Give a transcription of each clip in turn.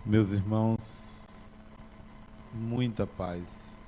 Meus irmãos, muita paz.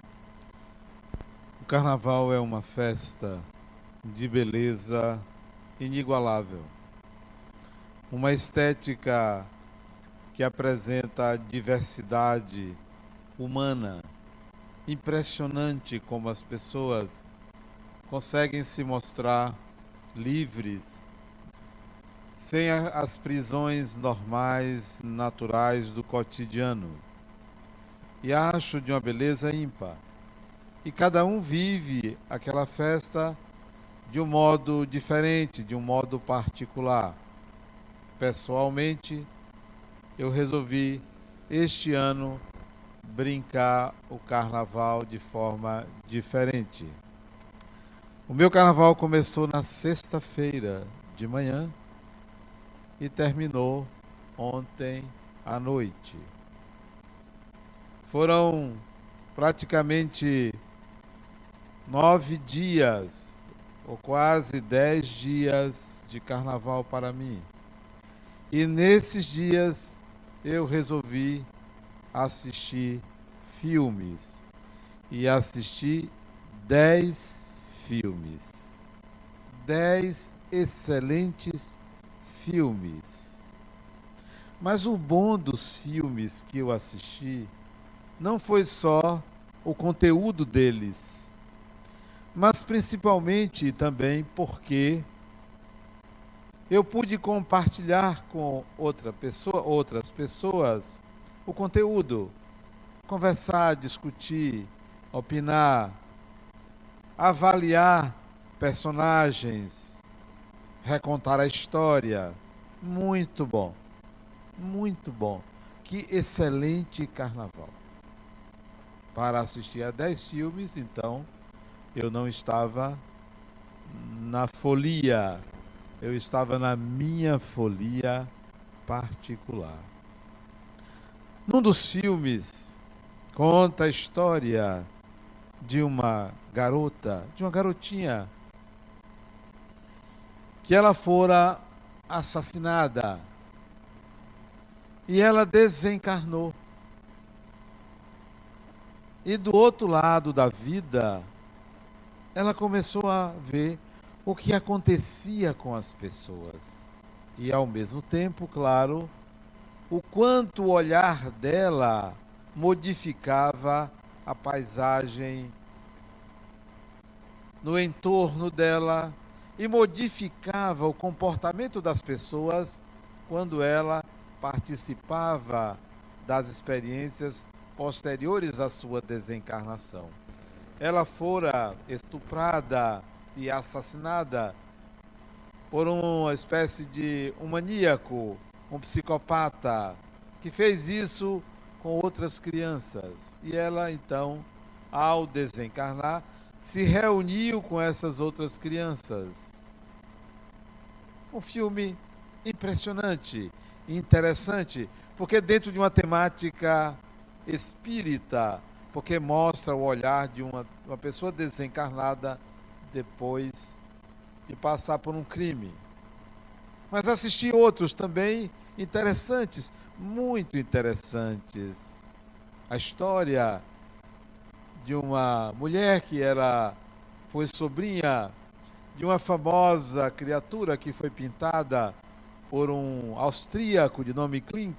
O Carnaval é uma festa de beleza inigualável. Uma estética que apresenta a diversidade humana. Impressionante como as pessoas conseguem se mostrar livres, sem as prisões normais, naturais do cotidiano. E acho de uma beleza ímpar. E cada um vive aquela festa de um modo diferente, de um modo particular. Pessoalmente, eu resolvi este ano brincar o carnaval de forma diferente. O meu carnaval começou na sexta-feira de manhã e terminou ontem à noite. Foram praticamente 9 dias, ou quase 10 dias de carnaval para mim. E nesses dias eu resolvi assistir filmes. E assisti 10 filmes. 10 excelentes filmes. Mas o bom dos filmes que eu assisti não foi só o conteúdo deles, mas principalmente também porque eu pude compartilhar com outras pessoas o conteúdo, conversar, discutir, opinar, avaliar personagens, recontar a história. Muito bom, muito bom. Que excelente carnaval. Para assistir a 10 filmes, então, eu não estava na folia, eu estava na minha folia particular. Num dos filmes, conta a história de uma garota, de uma garotinha, que ela fora assassinada e ela desencarnou. E do outro lado da vida, ela começou a ver o que acontecia com as pessoas. E ao mesmo tempo, claro, o quanto o olhar dela modificava a paisagem no entorno dela e modificava o comportamento das pessoas quando ela participava das experiências posteriores à sua desencarnação. Ela fora estuprada e assassinada por uma espécie de um maníaco, um psicopata, que fez isso com outras crianças. E ela, então, ao desencarnar, se reuniu com essas outras crianças. Um filme impressionante, interessante, porque dentro de uma temática espírita, porque mostra o olhar de uma pessoa desencarnada depois de passar por um crime. Mas assisti outros também interessantes, muito interessantes. A história de uma mulher que foi sobrinha de uma famosa criatura que foi pintada por um austríaco de nome Klimt,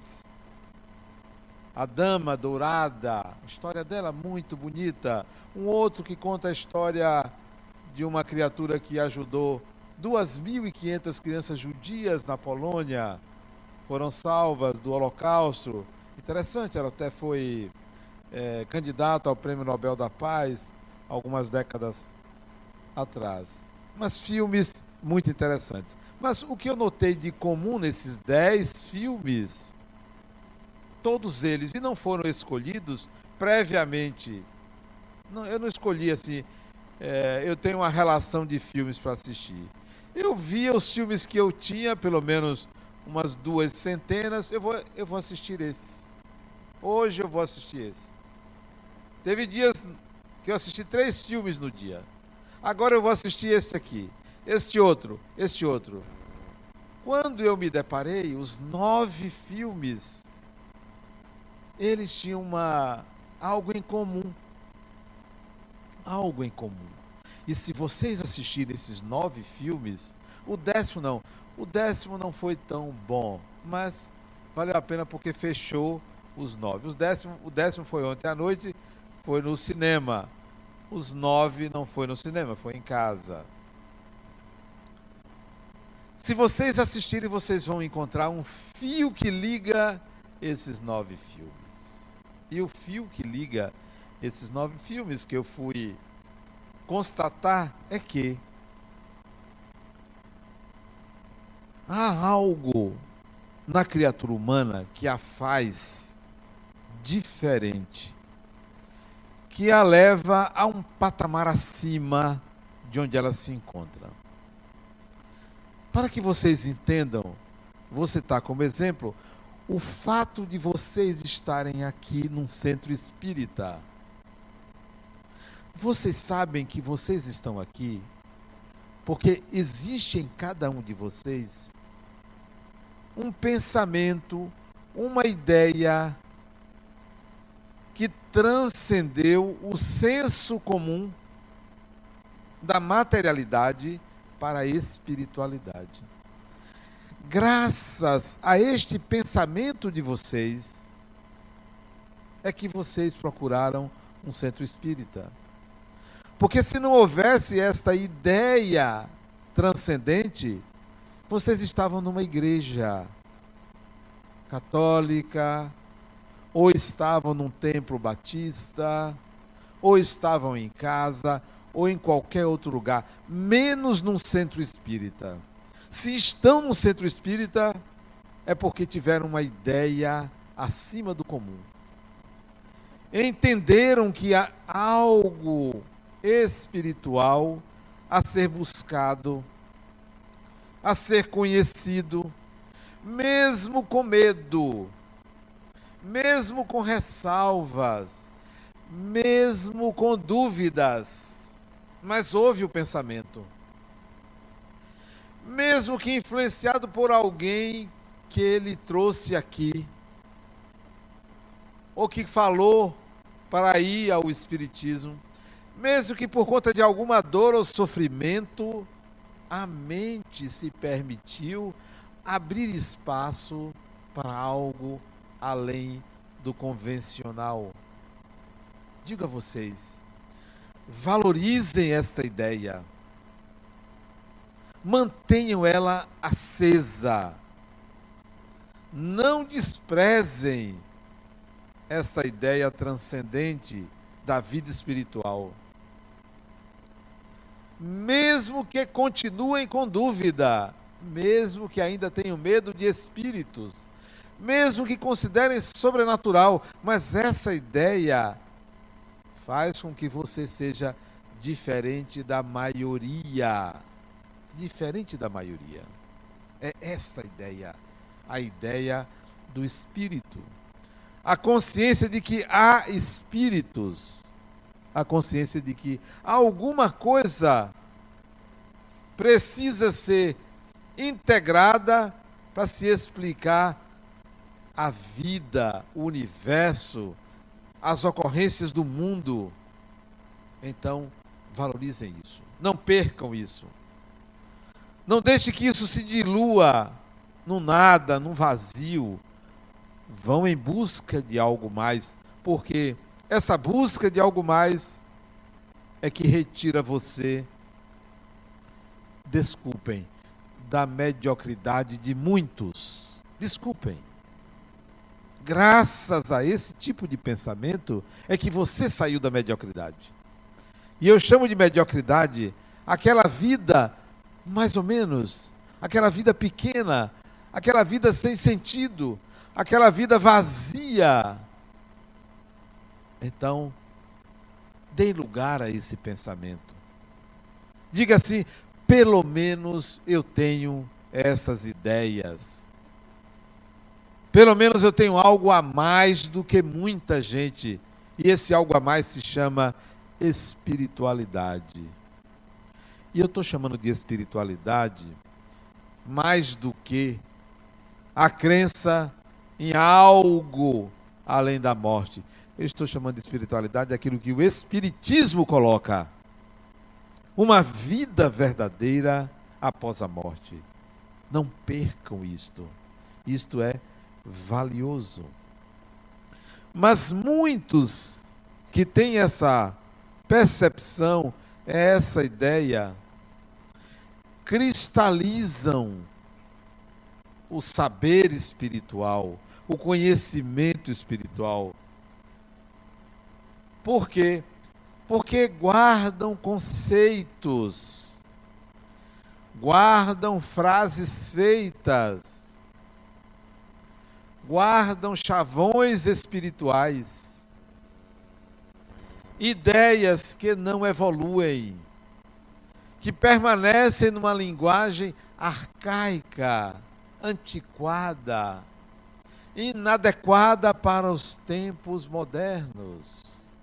a Dama Dourada. A história dela muito bonita. Um outro que conta a história de uma criatura que ajudou 2.500 crianças judias na Polônia, foram salvas do Holocausto. Interessante, ela até foi candidata ao Prêmio Nobel da Paz algumas décadas atrás. Mas filmes muito interessantes. Mas o que eu notei de comum nesses 10 filmes, todos eles, e não foram escolhidos previamente. Não, eu não escolhi assim, eu tenho uma relação de filmes para assistir. Eu via os filmes que eu tinha, pelo menos umas 2 centenas, eu vou assistir esse. Hoje eu vou assistir esse. Teve dias que eu assisti 3 filmes no dia. Agora eu vou assistir este aqui, este outro. Quando eu me deparei, os 9 filmes eles tinham algo em comum. Algo em comum. E se vocês assistirem esses 9 filmes, o 10º não. O 10º não foi tão bom, mas valeu a pena porque fechou os 9. O décimo foi ontem à noite, foi no cinema. Os 9 não foi no cinema, foi em casa. Se vocês assistirem, vocês vão encontrar um fio que liga esses 9 filmes. E o fio que liga esses 9 filmes que eu fui constatar é que há algo na criatura humana que a faz diferente, que a leva a um patamar acima de onde ela se encontra. Para que vocês entendam, vou citar como exemplo o fato de vocês estarem aqui num centro espírita. Vocês sabem que vocês estão aqui porque existe em cada um de vocês um pensamento, uma ideia que transcendeu o senso comum da materialidade para a espiritualidade. Graças a este pensamento de vocês, é que vocês procuraram um centro espírita. Porque se não houvesse esta ideia transcendente, vocês estavam numa igreja católica, ou estavam num templo batista, ou estavam em casa, ou em qualquer outro lugar, menos num centro espírita. Se estão no centro espírita, é porque tiveram uma ideia acima do comum. Entenderam que há algo espiritual a ser buscado, a ser conhecido, mesmo com medo, mesmo com ressalvas, mesmo com dúvidas, mas houve o pensamento. Mesmo que influenciado por alguém que ele trouxe aqui, ou que falou para ir ao espiritismo, mesmo que por conta de alguma dor ou sofrimento, a mente se permitiu abrir espaço para algo além do convencional. Digo a vocês, valorizem esta ideia, mantenham ela acesa, não desprezem esta ideia transcendente da vida espiritual. Mesmo que continuem com dúvida, mesmo que ainda tenham medo de espíritos, mesmo que considerem sobrenatural, mas essa ideia faz com que você seja diferente da maioria. Diferente da maioria. É essa a ideia do espírito. A consciência de que há espíritos, a consciência de que alguma coisa precisa ser integrada para se explicar a vida, o universo, as ocorrências do mundo. Então, valorizem isso. Não percam isso. Não deixe que isso se dilua no nada, no vazio. Vão em busca de algo mais, porque essa busca de algo mais é que retira você, desculpem, da mediocridade de muitos. Desculpem. Graças a esse tipo de pensamento é que você saiu da mediocridade. E eu chamo de mediocridade aquela vida, mais ou menos, aquela vida pequena, aquela vida sem sentido, aquela vida vazia. Então, dê lugar a esse pensamento. Diga assim, pelo menos eu tenho essas ideias. Pelo menos eu tenho algo a mais do que muita gente. E esse algo a mais se chama espiritualidade. E eu estou chamando de espiritualidade mais do que a crença em algo além da morte. Eu estou chamando de espiritualidade aquilo que o Espiritismo coloca. Uma vida verdadeira após a morte. Não percam isto. Isto é valioso. Mas muitos que têm essa percepção, essa ideia, cristalizam o saber espiritual, o conhecimento espiritual. Por quê? Porque guardam conceitos, guardam frases feitas, guardam chavões espirituais, ideias que não evoluem, que permanecem numa linguagem arcaica, antiquada, inadequada para os tempos modernos.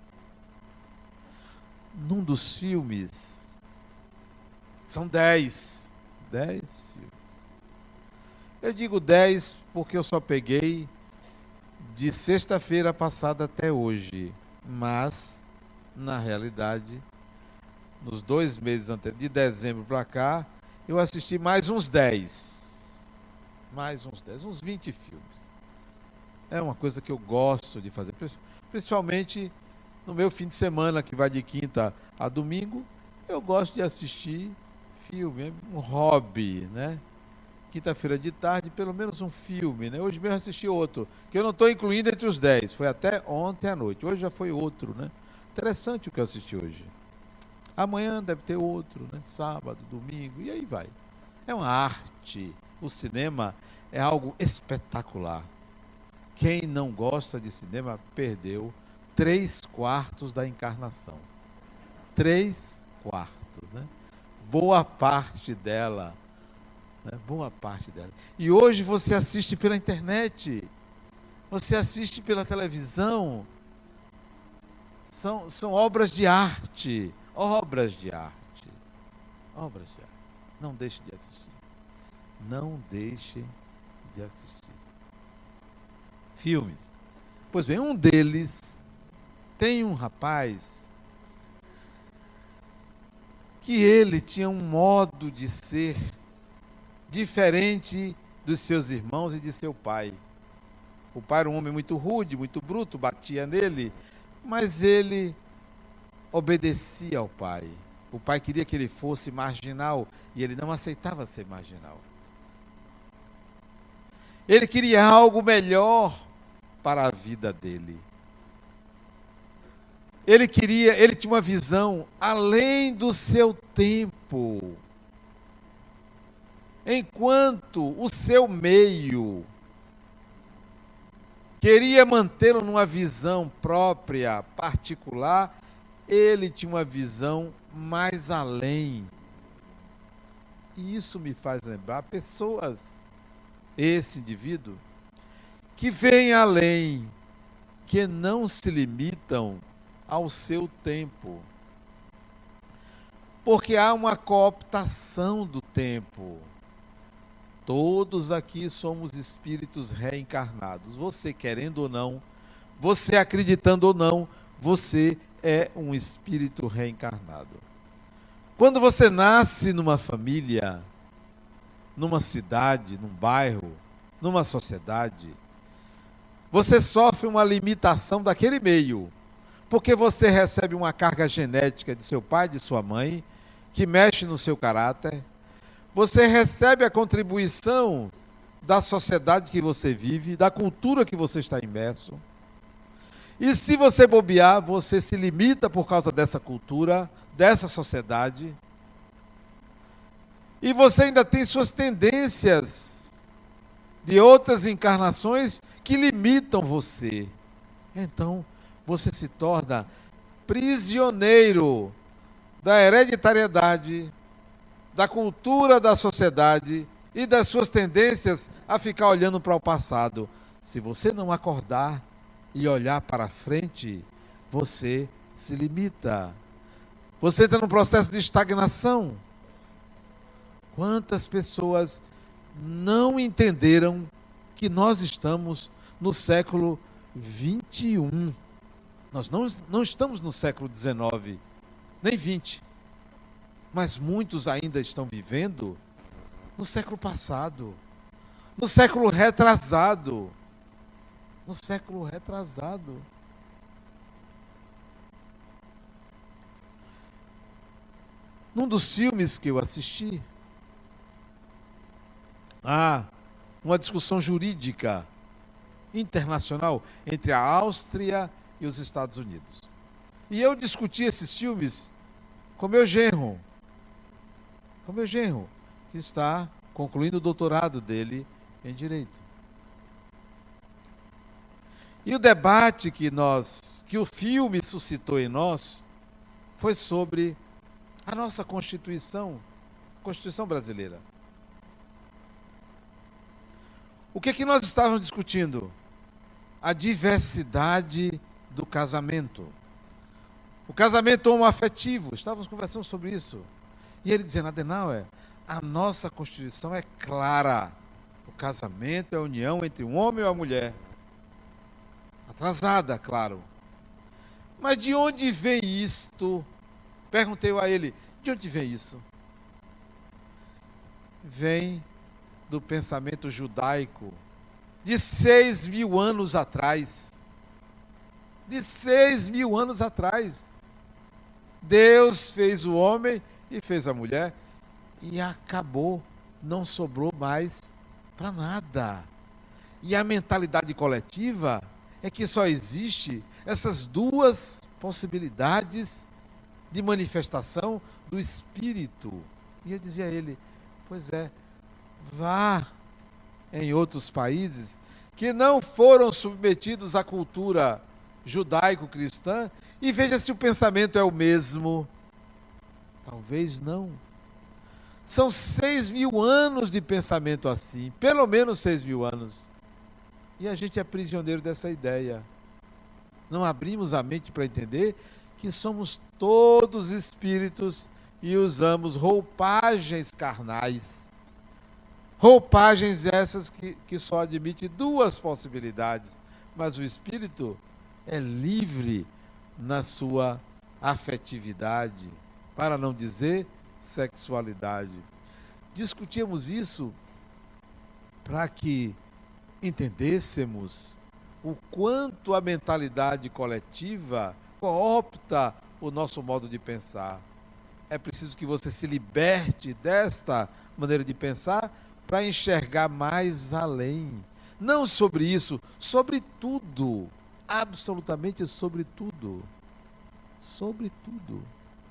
Num dos filmes, são 10 filmes. Eu digo 10 porque eu só peguei de sexta-feira passada até hoje, mas, na realidade, nos 2 meses anteriores, de dezembro para cá, eu assisti mais uns 10. Uns 20 filmes. É uma coisa que eu gosto de fazer, principalmente no meu fim de semana, que vai de quinta a domingo. Eu gosto de assistir filme, é um hobby, né? Quinta-feira de tarde, pelo menos um filme, né? Hoje mesmo assisti outro, que eu não estou incluindo entre os 10, foi até ontem à noite, hoje já foi outro, né? Interessante o que eu assisti hoje. Amanhã deve ter outro, né? Sábado, domingo, e aí vai. É uma arte. O cinema é algo espetacular. Quem não gosta de cinema perdeu 3/4 da encarnação. 3/4, né? Boa parte dela. Né? Boa parte dela. E hoje você assiste pela internet. Você assiste pela televisão. São obras de arte. Obras de arte. Obras de arte. Não deixe de assistir. Não deixe de assistir. Filmes. Pois bem, um deles tem um rapaz que ele tinha um modo de ser diferente dos seus irmãos e de seu pai. O pai era um homem muito rude, muito bruto, batia nele, mas ele obedecia ao pai. O pai queria que ele fosse marginal e ele não aceitava ser marginal. Ele queria algo melhor para a vida dele. Ele tinha uma visão além do seu tempo. Enquanto o seu meio queria mantê-lo numa visão própria, particular, ele tinha uma visão mais além. E isso me faz lembrar pessoas, esse indivíduo, que vêm além, que não se limitam ao seu tempo. Porque há uma cooptação do tempo. Todos aqui somos espíritos reencarnados. Você querendo ou não, você acreditando ou não, você é um espírito reencarnado. Quando você nasce numa família, numa cidade, num bairro, numa sociedade, você sofre uma limitação daquele meio, porque você recebe uma carga genética de seu pai, de sua mãe, que mexe no seu caráter. Você recebe a contribuição da sociedade que você vive, da cultura que você está imerso. E se você bobear, você se limita por causa dessa cultura, dessa sociedade. E você ainda tem suas tendências de outras encarnações que limitam você. Então, você se torna prisioneiro da hereditariedade, da cultura da sociedade e das suas tendências a ficar olhando para o passado. Se você não acordar e olhar para frente, você se limita. Você entra num processo de estagnação. Quantas pessoas não entenderam que nós estamos no século XXI. Nós não estamos no século XIX, nem XX. Mas muitos ainda estão vivendo no século passado, no século retrasado. No século retrasado. Num dos filmes que eu assisti, há uma discussão jurídica internacional entre a Áustria e os Estados Unidos. E eu discuti esses filmes com meu genro, que está concluindo o doutorado dele em Direito. E o debate que o filme suscitou em nós foi sobre a nossa Constituição brasileira. O que nós estávamos discutindo? A diversidade do casamento. O casamento homoafetivo, estávamos conversando sobre isso. E ele dizendo, Adenauer, a nossa Constituição é clara. O casamento é a união entre um homem e uma mulher. Atrasada, claro. Mas de onde vem isto? Perguntei a ele, de onde vem isso? Vem do pensamento judaico de 6.000 anos atrás. De 6.000 anos atrás. Deus fez o homem e fez a mulher e acabou, não sobrou mais para nada. E a mentalidade coletiva é que só existe essas duas possibilidades de manifestação do Espírito. E eu dizia a ele, pois é, vá em outros países que não foram submetidos à cultura judaico-cristã e veja se o pensamento é o mesmo. Talvez não. São 6.000 anos de pensamento assim, pelo menos 6.000 anos. E a gente é prisioneiro dessa ideia. Não abrimos a mente para entender que somos todos espíritos e usamos roupagens carnais. Roupagens essas que só admitem duas possibilidades, mas o espírito é livre na sua afetividade, para não dizer sexualidade. Discutíamos isso para que entendêssemos o quanto a mentalidade coletiva coopta o nosso modo de pensar. É preciso que você se liberte desta maneira de pensar para enxergar mais além. Não sobre isso, sobre tudo. Absolutamente sobre tudo. Sobre tudo.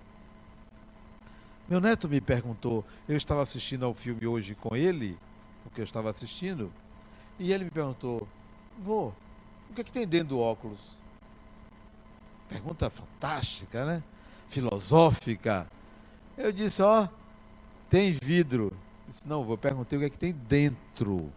Meu neto me perguntou, eu estava assistindo ao filme hoje com ele, o que eu estava assistindo, e ele me perguntou, vô, o que é que tem dentro do óculos? Pergunta fantástica, né? Filosófica. Eu disse, ó, tem vidro. Eu disse, não, vô, perguntei o que é que tem dentro.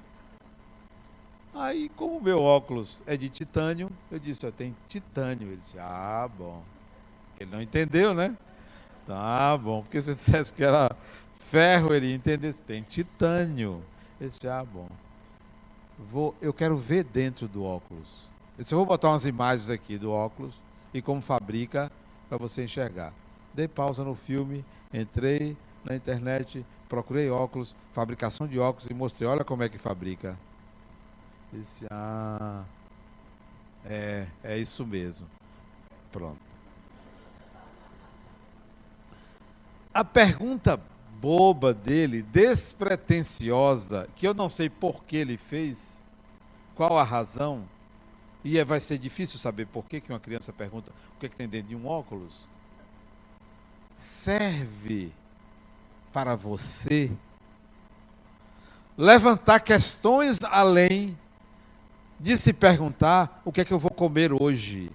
Aí, como o meu óculos é de titânio, eu disse, ó, tem titânio. Ele disse, ah, bom. Ele não entendeu, né? Tá bom, porque se eu dissesse que era ferro, ele ia entender. Tem titânio. Eu disse, ah, bom. Eu quero ver dentro do óculos. Eu disse, eu vou botar umas imagens aqui do óculos e como fabrica para você enxergar. Dei pausa no filme, entrei na internet, procurei óculos, fabricação de óculos e mostrei, olha como é que fabrica. Disse, ah, é isso mesmo. Pronto. A pergunta boba dele, despretensiosa, que eu não sei por que ele fez, qual a razão, e vai ser difícil saber por que uma criança pergunta o que tem dentro de um óculos, serve para você levantar questões além de se perguntar o que é que eu vou comer hoje,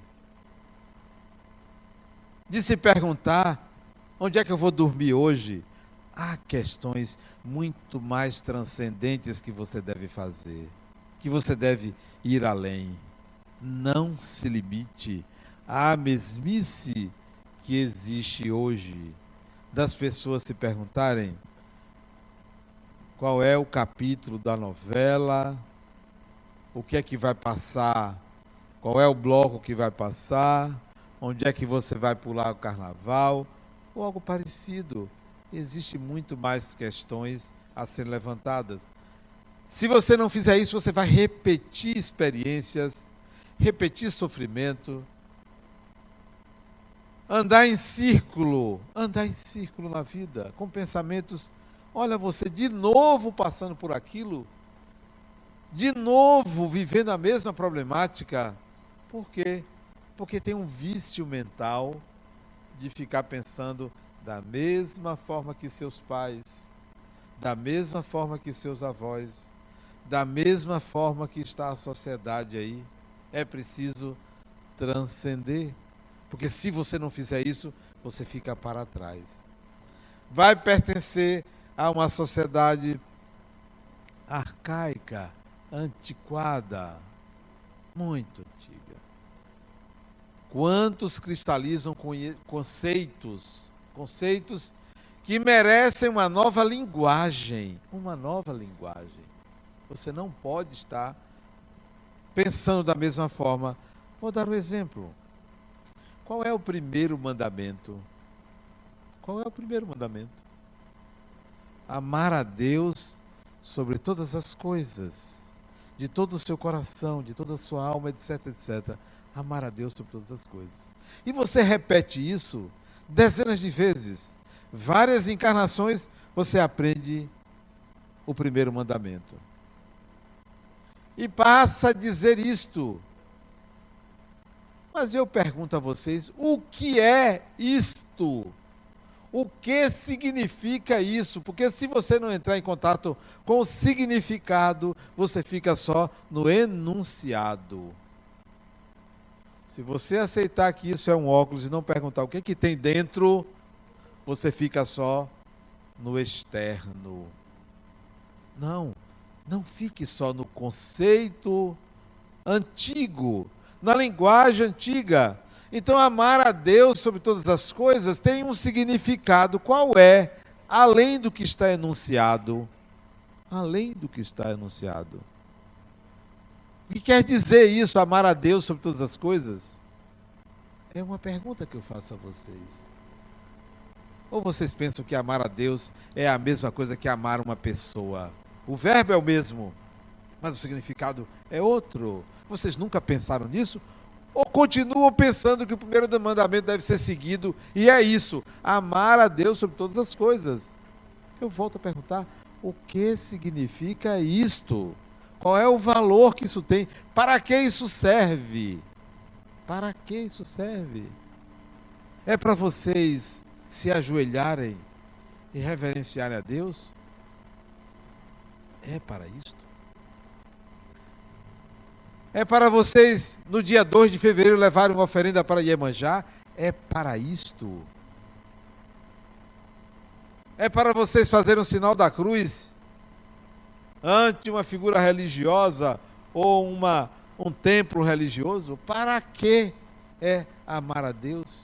de se perguntar onde é que eu vou dormir hoje. Há questões muito mais transcendentes que você deve fazer, que você deve ir além. Não se limite à mesmice que existe hoje, das pessoas se perguntarem qual é o capítulo da novela, o que é que vai passar qual é o bloco que vai passar, onde é que você vai pular o carnaval, ou algo parecido. Existem muito mais questões a serem levantadas. Se você não fizer isso, você vai repetir experiências, repetir sofrimento, andar em círculo na vida, com pensamentos, olha você de novo passando por aquilo, de novo vivendo a mesma problemática. Por quê? Porque tem um vício mental de ficar pensando da mesma forma que seus pais, da mesma forma que seus avós, da mesma forma que está a sociedade aí. É preciso transcender, porque se você não fizer isso, você fica para trás. Vai pertencer a uma sociedade arcaica, antiquada, muito antiga. Quantos cristalizam conceitos que merecem uma nova linguagem, Você não pode estar pensando da mesma forma. Vou dar um exemplo. Qual é o primeiro mandamento? Amar a Deus sobre todas as coisas, de todo o seu coração, de toda a sua alma, etc, etc. Amar a Deus sobre todas as coisas. E você repete isso dezenas de vezes. Várias encarnações, você aprende o primeiro mandamento. E passa a dizer isto. Mas eu pergunto a vocês, o que é isto? O que significa isso? Porque se você não entrar em contato com o significado, você fica só no enunciado. Se você aceitar que isso é um óculos e não perguntar o que tem dentro, você fica só no externo. Não fique só no conceito antigo, na linguagem antiga. Então, amar a Deus sobre todas as coisas tem um significado. Qual é? Além do que está enunciado. O que quer dizer isso, amar a Deus sobre todas as coisas? É uma pergunta que eu faço a vocês. Ou vocês pensam que amar a Deus é a mesma coisa que amar uma pessoa? O verbo é o mesmo, mas o significado é outro. Vocês nunca pensaram nisso? Ou continuam pensando que o primeiro mandamento deve ser seguido, e é isso, amar a Deus sobre todas as coisas? Eu volto a perguntar, o que significa isto? Qual é o valor que isso tem? Para que isso serve? É para vocês se ajoelharem e reverenciarem a Deus? É para isto? É para vocês, no dia 2 de fevereiro, levarem uma oferenda para Iemanjá? É para isto? É para vocês fazerem o sinal da cruz ante uma figura religiosa ou um templo religioso? Para que é amar a Deus?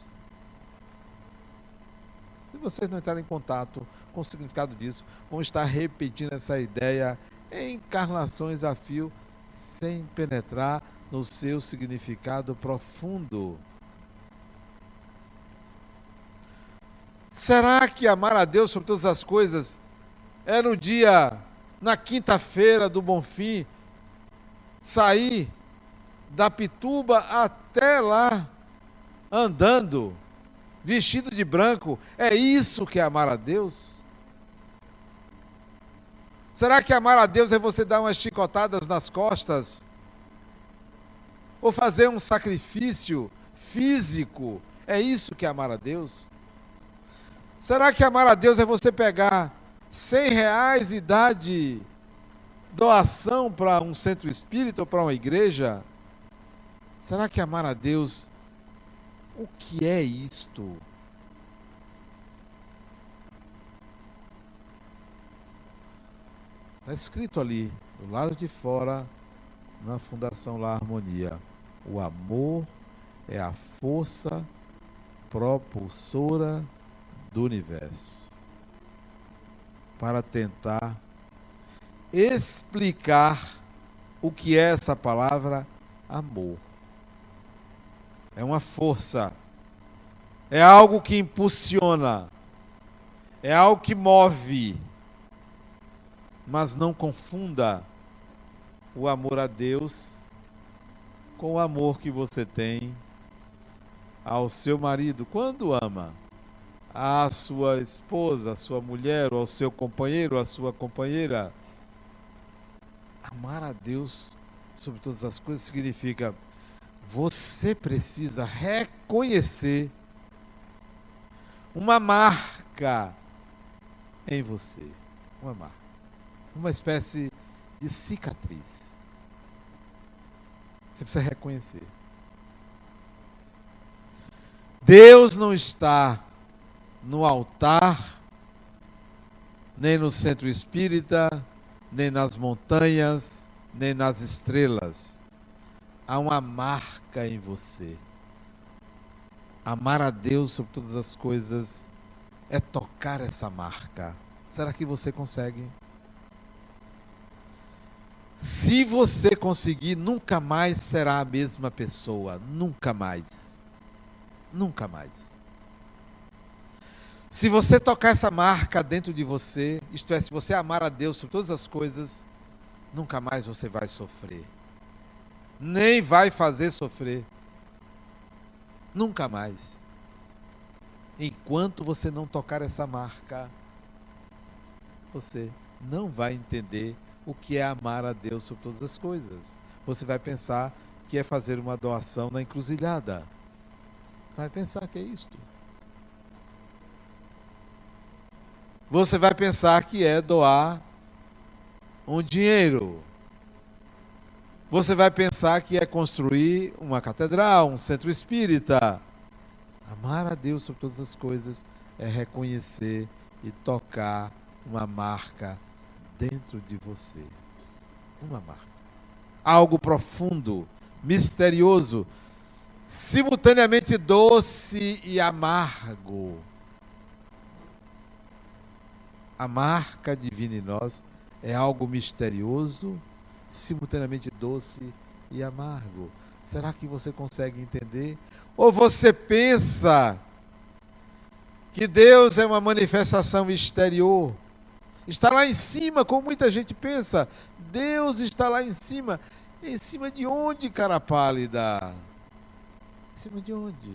Se vocês não entrarem em contato com o significado disso, vão estar repetindo essa ideia em encarnações a fio, sem penetrar no seu significado profundo. Será que amar a Deus sobre todas as coisas é na quinta-feira do Bonfim, sair da Pituba até lá, andando, vestido de branco? É isso que é amar a Deus? Será que amar a Deus é você dar umas chicotadas nas costas? Ou fazer um sacrifício físico? É isso que é amar a Deus? Será que amar a Deus é você pegar R$100 e dar de doação para um centro espírita ou para uma igreja? Será que amar a Deus, o que é isto? Está escrito ali, do lado de fora, na Fundação La Harmonia: o amor é a força propulsora do universo. Para tentar explicar o que é essa palavra amor. é uma força, é algo que impulsiona, é algo que move. Mas não confunda o amor a Deus com o amor que você tem ao seu marido quando ama a sua esposa, a sua mulher, ou ao seu companheiro, a sua companheira. Amar a Deus sobre todas as coisas significa você precisa reconhecer uma marca em você, uma marca, uma espécie de cicatriz. Você precisa reconhecer. Deus não está no altar, nem no centro espírita, nem nas montanhas, nem nas estrelas. Há uma marca em você. Amar a Deus sobre todas as coisas é tocar essa marca. Será que você consegue? Se você conseguir, nunca mais será a mesma pessoa. Nunca mais. Nunca mais. Se você tocar essa marca dentro de você, isto é, se você amar a Deus sobre todas as coisas, nunca mais você vai sofrer. Nem vai fazer sofrer. Nunca mais. Enquanto você não tocar essa marca, você não vai entender o que é amar a Deus sobre todas as coisas. Você vai pensar que é fazer uma doação na encruzilhada. Vai pensar que é isto. Você vai pensar que é doar um dinheiro. Você vai pensar que é construir uma catedral, um centro espírita. Amar a Deus sobre todas as coisas é reconhecer e tocar uma marca dentro de você. Uma marca. Algo profundo, misterioso, simultaneamente doce e amargo. A marca divina em nós é algo misterioso, simultaneamente doce e amargo. Será que você consegue entender? Ou você pensa que Deus é uma manifestação exterior? Está lá em cima, como muita gente pensa. Deus está lá em cima. Em cima de onde, cara pálida? Em cima de onde?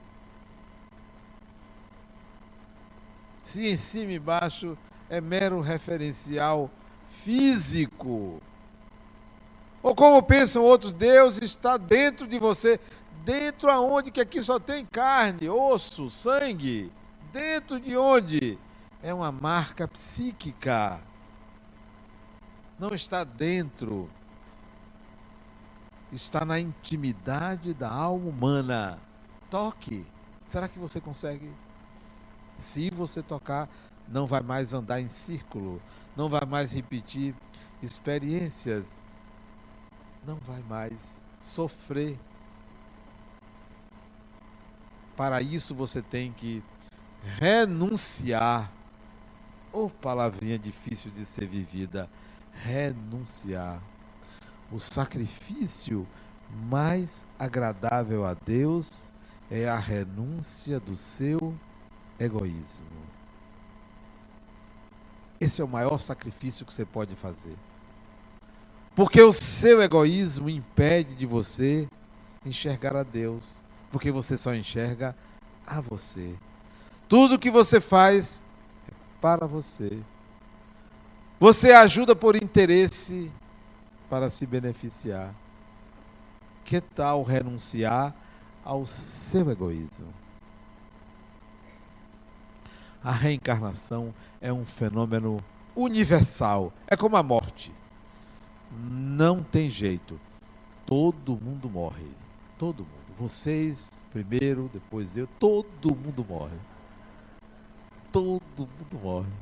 Se em cima e embaixo é mero referencial físico. Ou como pensam outros, Deus está dentro de você. Dentro aonde? Que aqui só tem carne, osso, sangue. Dentro de onde? É uma marca psíquica. Não está dentro. Está na intimidade da alma humana. Toque. Será que você consegue? Se você tocar, não vai mais andar em círculo, não vai mais repetir experiências, não vai mais sofrer. Para isso você tem que renunciar. Oh, palavrinha difícil de ser vivida. Renunciar. O sacrifício mais agradável a Deus é a renúncia do seu egoísmo. Esse é o maior sacrifício que você pode fazer. Porque o seu egoísmo impede de você enxergar a Deus. Porque você só enxerga a você. Tudo que você faz é para você. Você ajuda por interesse para se beneficiar. Que tal renunciar ao seu egoísmo? A reencarnação é um fenômeno universal. É como a morte. Não tem jeito. Todo mundo morre. Todo mundo. Vocês primeiro, depois eu. Todo mundo morre. Todo mundo morre.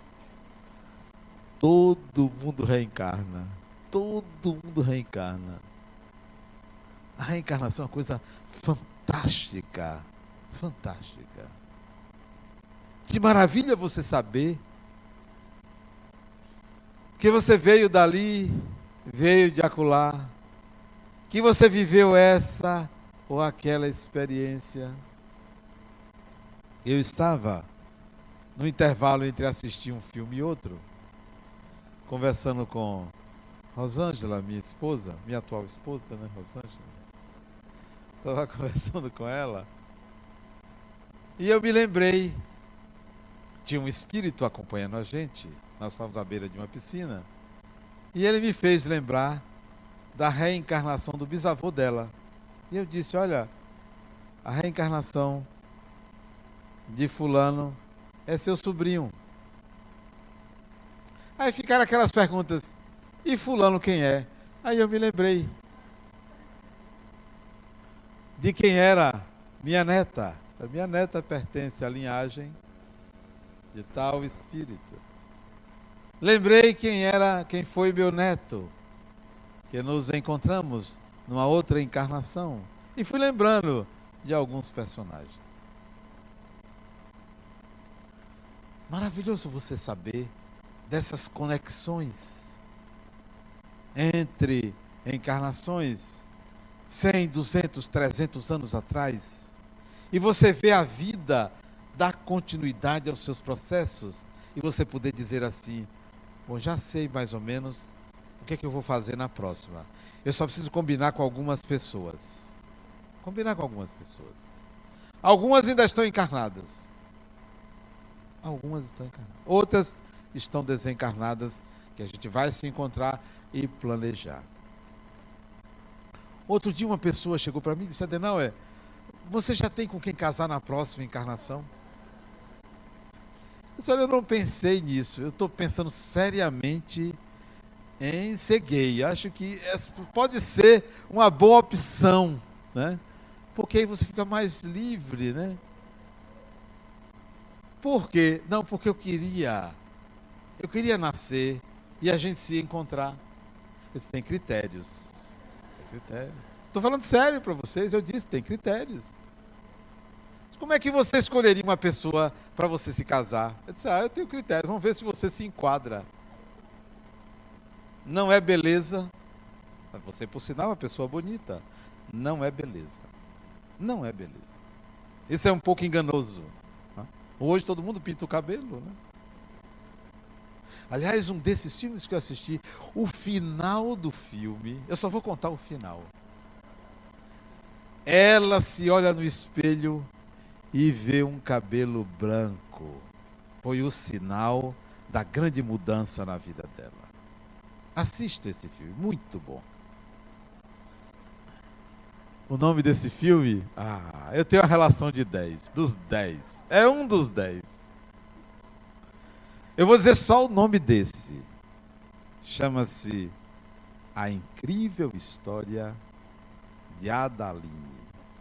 Todo mundo reencarna. Todo mundo reencarna. A reencarnação é uma coisa fantástica. Fantástica. Que maravilha você saber que você veio dali, veio de acolá, que você viveu essa ou aquela experiência. Eu estava no intervalo entre assistir um filme e outro, conversando com Rosângela, minha esposa, minha atual esposa, né, Rosângela? Estava conversando com ela e eu me lembrei, tinha um espírito acompanhando a gente, nós estávamos à beira de uma piscina, e ele me fez lembrar da reencarnação do bisavô dela. E eu disse, olha, a reencarnação de fulano é seu sobrinho. Aí ficaram aquelas perguntas, e fulano quem é? Aí eu me lembrei de quem era minha neta. Minha neta pertence à linhagem de tal espírito. Lembrei quem foi meu neto, que nos encontramos numa outra encarnação. E fui lembrando de alguns personagens. Maravilhoso você saber dessas conexões entre encarnações 100, 200, 300 anos atrás. E você vê a vida dar continuidade aos seus processos e você poder dizer assim, bom, já sei mais ou menos o que é que eu vou fazer na próxima. Eu só preciso combinar com algumas pessoas. Combinar com algumas pessoas. Algumas ainda estão encarnadas. Algumas estão encarnadas. Outras estão desencarnadas, que a gente vai se encontrar e planejar. Outro dia uma pessoa chegou para mim e disse, Adenauer, você já tem com quem casar na próxima encarnação? Eu disse, olha, eu não pensei nisso. Eu estou pensando seriamente em ser gay. Acho que pode ser uma boa opção, né? Porque aí você fica mais livre, né? Por quê? Não, porque eu queria nascer e a gente se encontrar. Eles têm critérios. Tem critérios. Estou falando sério para vocês, eu disse, tem critérios. Como é que você escolheria uma pessoa para você se casar? Eu disse, eu tenho critérios, vamos ver se você se enquadra. Não é beleza. Você, por sinal, é uma pessoa bonita. Não é beleza. Não é beleza. Isso é um pouco enganoso. Né? Hoje todo mundo pinta o cabelo, né? Aliás, um desses filmes que eu assisti, o final do filme, eu só vou contar o final. Ela se olha no espelho e vê um cabelo branco. Foi o sinal da grande mudança na vida dela. Assista esse filme, muito bom. O nome desse filme? Eu tenho a relação de 10, dos 10. É um dos 10. Eu vou dizer só o nome desse. Chama-se A Incrível História de Adaline.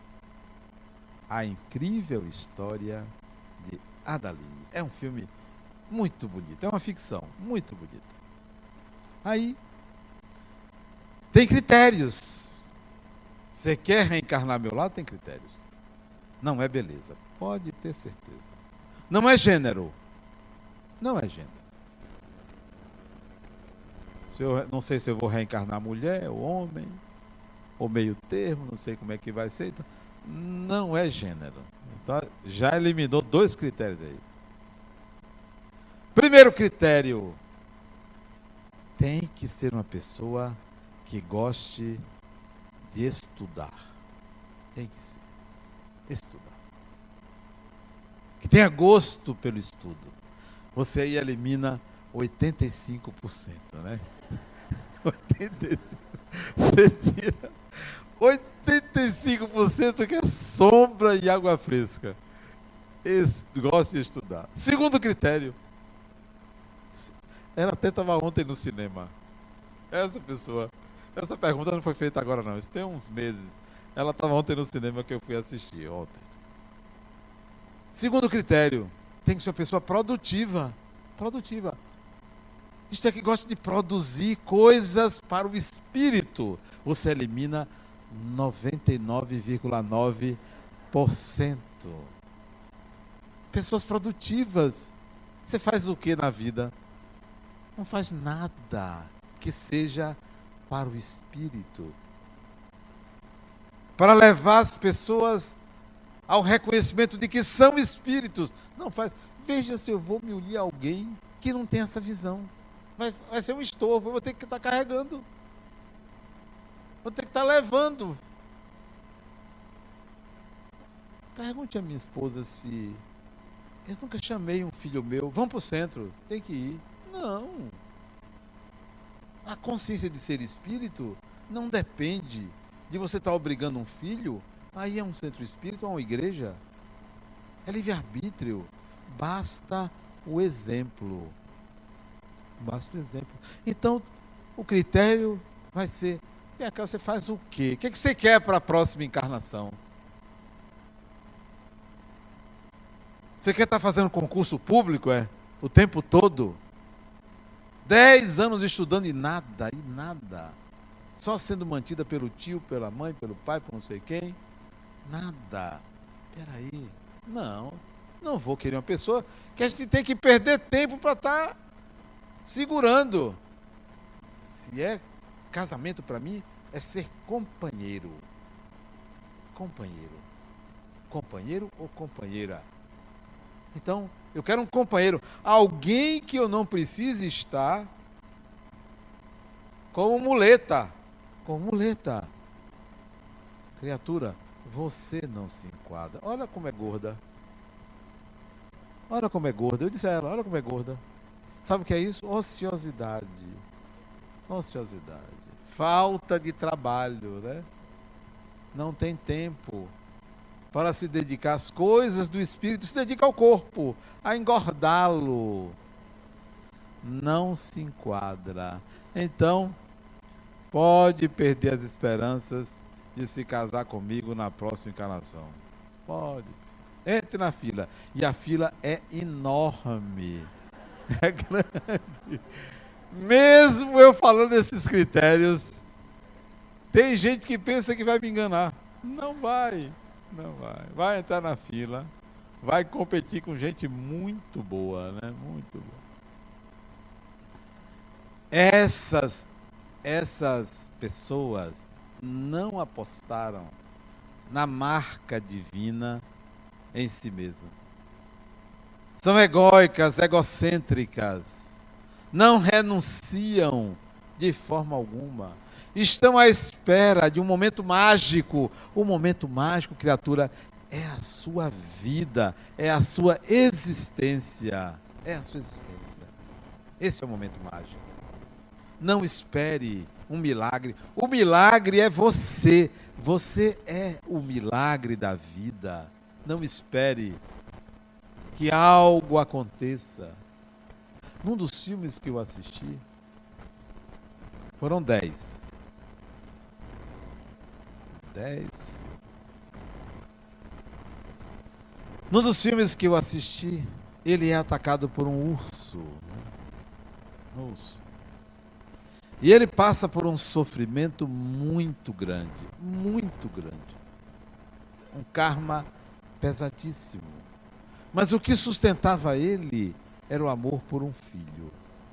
A Incrível História de Adaline. É um filme muito bonito, é uma ficção muito bonita. Aí, tem critérios. Você quer reencarnar ao meu lado? Tem critérios. Não é beleza, pode ter certeza. Não é gênero. Não é gênero. Não sei se eu vou reencarnar mulher ou homem, ou meio termo, não sei como é que vai ser. Então, não é gênero. Então, já eliminou 2 critérios aí. Primeiro critério, tem que ser uma pessoa que goste de estudar. Tem que ser. Estudar. Que tenha gosto pelo estudo. Você aí elimina 85%, né? 85%. Você tira 85% que é sombra e água fresca. Gosta de estudar. Segundo critério. Ela até estava ontem no cinema. Essa pessoa. Essa pergunta não foi feita agora não. Isso tem uns meses. Ela estava ontem no cinema que eu fui assistir ontem. Segundo critério. Tem que ser uma pessoa produtiva. Produtiva. Isto é que gosta de produzir coisas para o espírito. Você elimina 99,9%. Pessoas produtivas. Você faz o que na vida? Não faz nada que seja para o espírito. para levar as pessoas ao reconhecimento de que são espíritos. Não faz. Veja se eu vou me unir a alguém que não tem essa visão. Vai ser um estorvo, eu vou ter que estar carregando. Vou ter que estar levando. Pergunte à minha esposa se eu nunca chamei um filho meu, vamos para o centro, tem que ir. Não. A consciência de ser espírito não depende de você estar obrigando um filho a ir a um centro espírita ou a uma igreja. É livre-arbítrio. Basta o exemplo. Basta o exemplo. Então, o critério vai ser: vem cá, você faz o quê? O que você quer para a próxima encarnação? Você quer estar fazendo concurso público, o tempo todo? 10 anos estudando e nada. Só sendo mantida pelo tio, pela mãe, pelo pai, por não sei quem. Nada. Peraí. Não vou querer uma pessoa que a gente tem que perder tempo para estar segurando. Se é casamento para mim, é ser companheiro. Companheiro ou companheira? Então, eu quero um companheiro, alguém que eu não precise estar como muleta. Criatura, você não se enquadra. Olha como é gorda. Eu disse a ela, olha como é gorda. Sabe o que é isso? Ociosidade. Falta de trabalho, né? Não tem tempo para se dedicar às coisas do espírito, se dedica ao corpo, a engordá-lo. Não se enquadra. Então, pode perder as esperanças de se casar comigo na próxima encarnação. Pode. Entre na fila. E a fila é enorme. É grande. Mesmo eu falando esses critérios, tem gente que pensa que vai me enganar. Não vai. Vai entrar na fila, vai competir com gente muito boa, né? Muito boa. Essas pessoas não apostaram na marca divina em si mesmas. São egóicas, egocêntricas, não renunciam de forma alguma. Estão à espera de um momento mágico. O momento mágico, criatura, é a sua vida, é a sua existência. Esse é o momento mágico. Não espere um milagre. O milagre é você. Você é o milagre da vida. Não espere que algo aconteça. Num dos filmes que eu assisti, foram 10. Num dos filmes que eu assisti, ele é atacado por um urso. E ele passa por um sofrimento muito grande. Um karma pesadíssimo. Mas o que sustentava ele era o amor por um filho.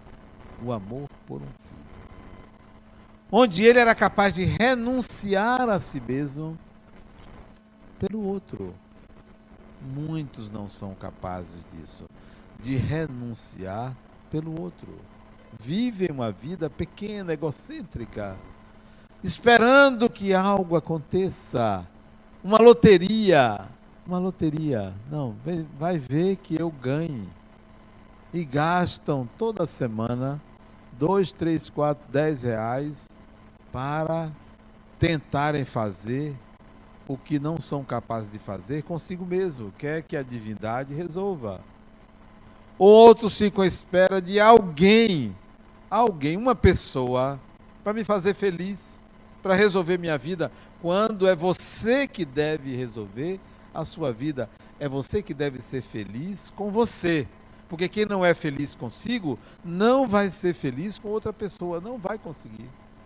Onde ele era capaz de renunciar a si mesmo pelo outro. Muitos não são capazes disso, de renunciar pelo outro. Vivem uma vida pequena, egocêntrica, esperando que algo aconteça. Uma loteria. Não, vai ver que eu ganhe. E gastam toda semana 2, 3, 4, 10 reais para tentarem fazer o que não são capazes de fazer consigo mesmo. Quer que a divindade resolva. Outros ficam à espera de alguém, uma pessoa, para me fazer feliz, para resolver minha vida, quando é você que deve resolver a sua vida. É você que deve ser feliz com você. Porque quem não é feliz consigo, não vai ser feliz com outra pessoa, não vai conseguir.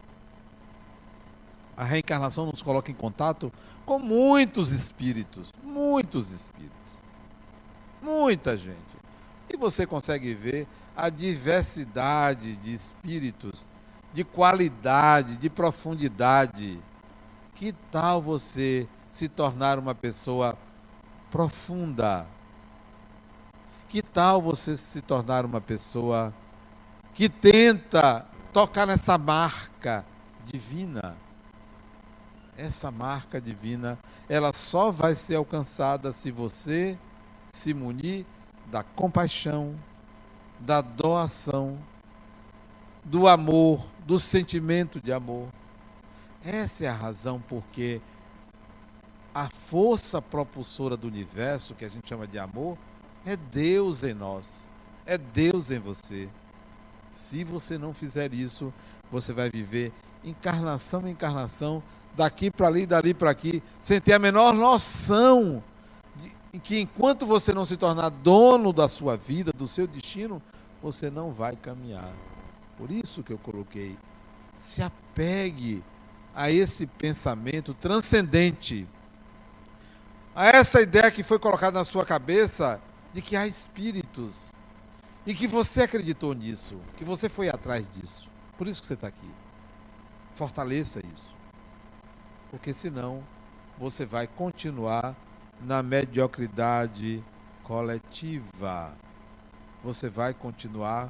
A reencarnação nos coloca em contato com muitos espíritos. Muita gente. E você consegue ver a diversidade de espíritos, de qualidade, de profundidade. Que tal você se tornar uma pessoa profunda? Que tal você se tornar uma pessoa que tenta tocar nessa marca divina? Essa marca divina, ela só vai ser alcançada se você se munir da compaixão, da doação, do amor, do sentimento de amor. Essa é a razão porque a força propulsora do universo, que a gente chama de amor, é Deus em nós, é Deus em você. Se você não fizer isso, você vai viver encarnação em encarnação, daqui para ali, dali para aqui, sem ter a menor noção de que enquanto você não se tornar dono da sua vida, do seu destino, você não vai caminhar. Por isso que eu coloquei, se apegue a esse pensamento transcendente, a essa ideia que foi colocada na sua cabeça de que há espíritos e que você acreditou nisso, que você foi atrás disso. Por isso que você está aqui. Fortaleça isso, porque senão você vai continuar na mediocridade coletiva. Você vai continuar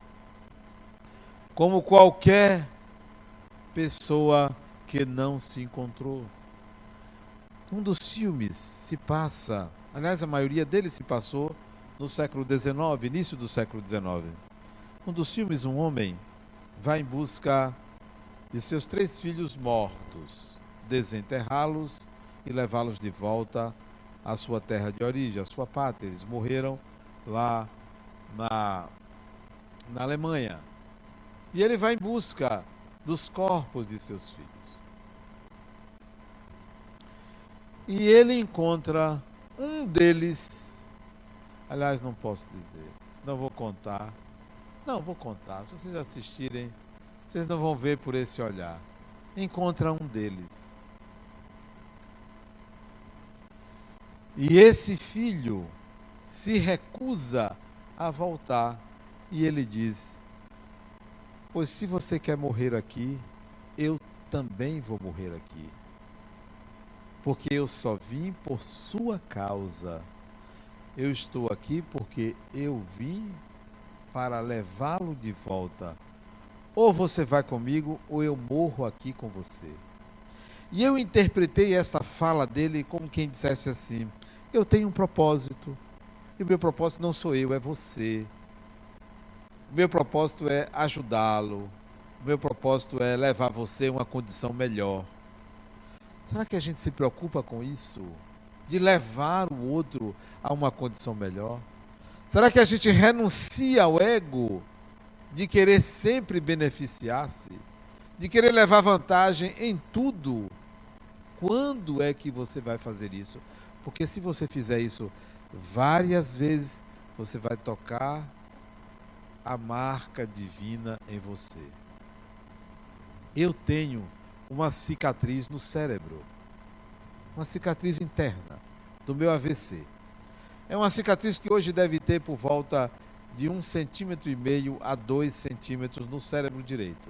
como qualquer pessoa que não se encontrou. Um dos filmes se passa, aliás, a maioria deles se passou no século XIX, início do século XIX. Um dos filmes, um homem vai em busca de seus 3 filhos mortos, desenterrá-los e levá-los de volta à sua terra de origem, à sua pátria. Eles morreram lá na Alemanha. E ele vai em busca dos corpos de seus filhos. E ele encontra um deles, aliás, não posso dizer, senão vou contar. Não, vou contar, se vocês assistirem, vocês não vão ver por esse olhar. Encontra um deles. E esse filho se recusa a voltar. E ele diz: pois se você quer morrer aqui, eu também vou morrer aqui. Porque eu só vim por sua causa. Eu estou aqui porque eu vim para levá-lo de volta. Ou você vai comigo, ou eu morro aqui com você. E eu interpretei essa fala dele como quem dissesse assim: eu tenho um propósito, e o meu propósito não sou eu, é você. O meu propósito é ajudá-lo. O meu propósito é levar você a uma condição melhor. Será que a gente se preocupa com isso? De levar o outro a uma condição melhor? Será que a gente renuncia ao ego de querer sempre beneficiar-se? De querer levar vantagem em tudo? Quando é que você vai fazer isso? Porque se você fizer isso várias vezes, você vai tocar a marca divina em você. Eu tenho uma cicatriz no cérebro, uma cicatriz interna do meu AVC. É uma cicatriz que hoje deve ter por volta de 1,5 cm a 2 centímetros no cérebro direito.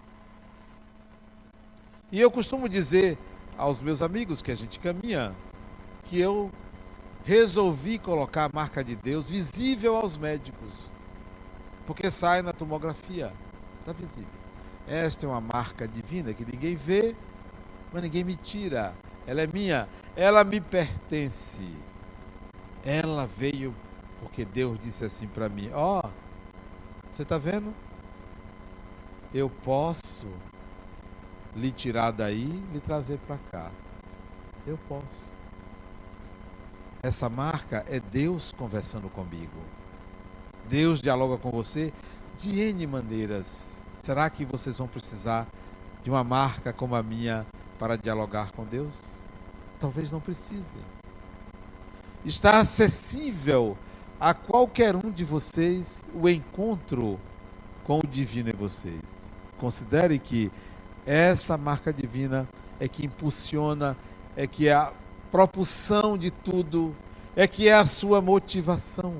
E eu costumo dizer aos meus amigos que a gente caminha, que eu resolvi colocar a marca de Deus visível aos médicos, porque sai na tomografia, está visível. Esta é uma marca divina que ninguém vê, mas ninguém me tira. Ela é minha, ela me pertence. Ela veio porque Deus disse assim para mim: ó, você está vendo? Eu posso lhe tirar daí e lhe trazer para cá. Eu posso. Essa marca é Deus conversando comigo. Deus dialoga com você de N maneiras. Será que vocês vão precisar de uma marca como a minha para dialogar com Deus? Talvez não precise. Está acessível a qualquer um de vocês o encontro com o divino em vocês. Considere que essa marca divina é que impulsiona, é que é a propulsão de tudo, é que é a sua motivação.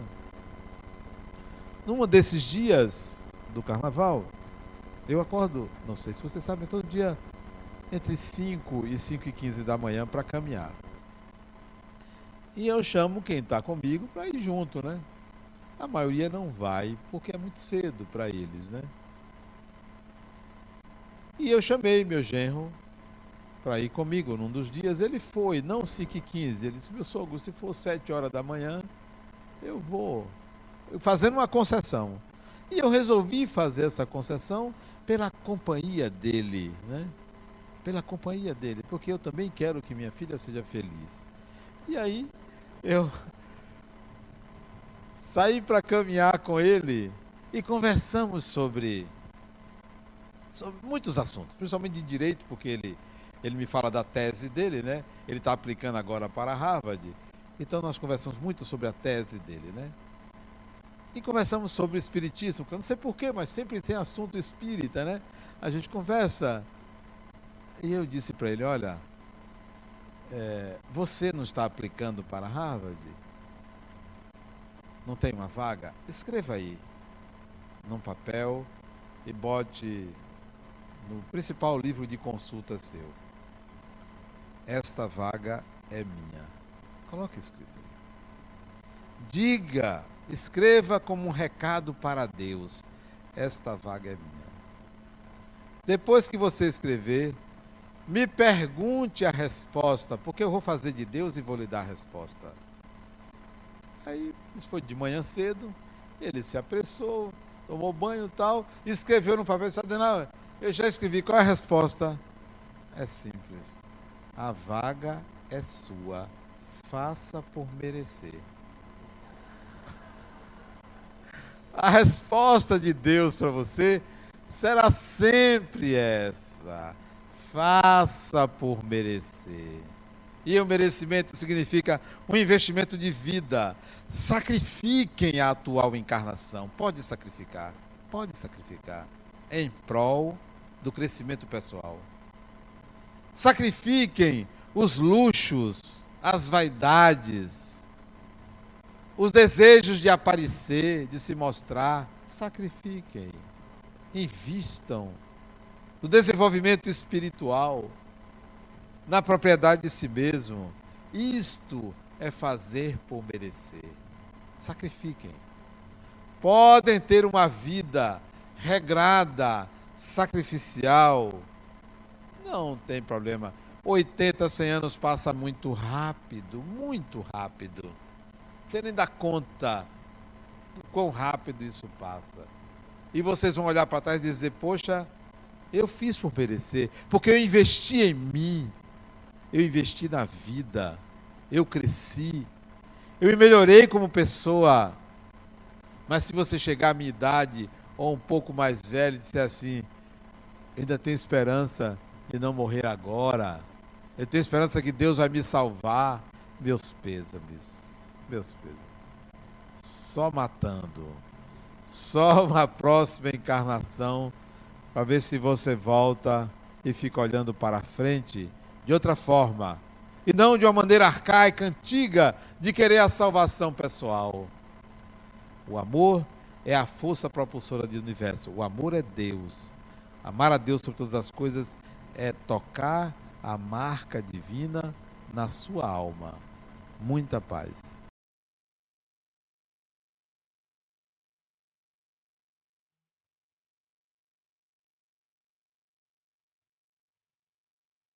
Num desses dias do carnaval, eu acordo, não sei se vocês sabem, todo dia entre 5 e 5h15 da manhã para caminhar. E eu chamo quem está comigo para ir junto, né? A maioria não vai, porque é muito cedo para eles, né? E eu chamei meu genro para ir comigo num dos dias. Ele foi, não 5h15. Ele disse: meu sogro, se for 7 horas da manhã, eu vou. Fazendo uma concessão. E eu resolvi fazer essa concessão pela companhia dele, né? Pela companhia dele, porque eu também quero que minha filha seja feliz. E aí, eu saí para caminhar com ele e conversamos sobre muitos assuntos, principalmente de direito, porque ele me fala da tese dele, né? Ele está aplicando agora para Harvard. Então nós conversamos muito sobre a tese dele, né? E conversamos sobre o espiritismo, que eu não sei porquê, mas sempre tem assunto espírita, né? A gente conversa. E eu disse para ele: olha, você não está aplicando para Harvard? Não tem uma vaga? Escreva aí, num papel, e bote no principal livro de consulta seu: esta vaga é minha. Coloque escrito aí. Diga, escreva como um recado para Deus: esta vaga é minha. Depois que você escrever, me pergunte a resposta, porque eu vou fazer de Deus e vou lhe dar a resposta. Aí, isso foi de manhã cedo, ele se apressou, tomou banho e tal, escreveu no papel e disse: não, eu já escrevi, qual é a resposta? É simples: a vaga é sua, faça por merecer. A resposta de Deus para você será sempre essa: faça por merecer. E o merecimento significa um investimento de vida. Sacrifiquem a atual encarnação. Pode sacrificar em prol do crescimento pessoal. Sacrifiquem os luxos, as vaidades, os desejos de aparecer, de se mostrar. Sacrifiquem. Invistam no desenvolvimento espiritual, na propriedade de si mesmo. Isto é fazer por merecer. Sacrifiquem. Podem ter uma vida regrada, sacrificial. Não tem problema. 80, 100 anos passa muito rápido, muito rápido. Você nem dá conta do quão rápido isso passa. E vocês vão olhar para trás e dizer: poxa, eu fiz por merecer, porque eu investi em mim, eu investi na vida, eu cresci, eu me melhorei como pessoa. Mas se você chegar à minha idade, ou um pouco mais velho, e disser assim: ainda tenho esperança de não morrer agora, eu tenho esperança que Deus vai me salvar, meus pêsames, só matando, só uma próxima encarnação, para ver se você volta e fica olhando para frente de outra forma, e não de uma maneira arcaica, antiga, de querer a salvação pessoal. O amor é a força propulsora do universo. O amor é Deus. Amar a Deus sobre todas as coisas é tocar a marca divina na sua alma. Muita paz.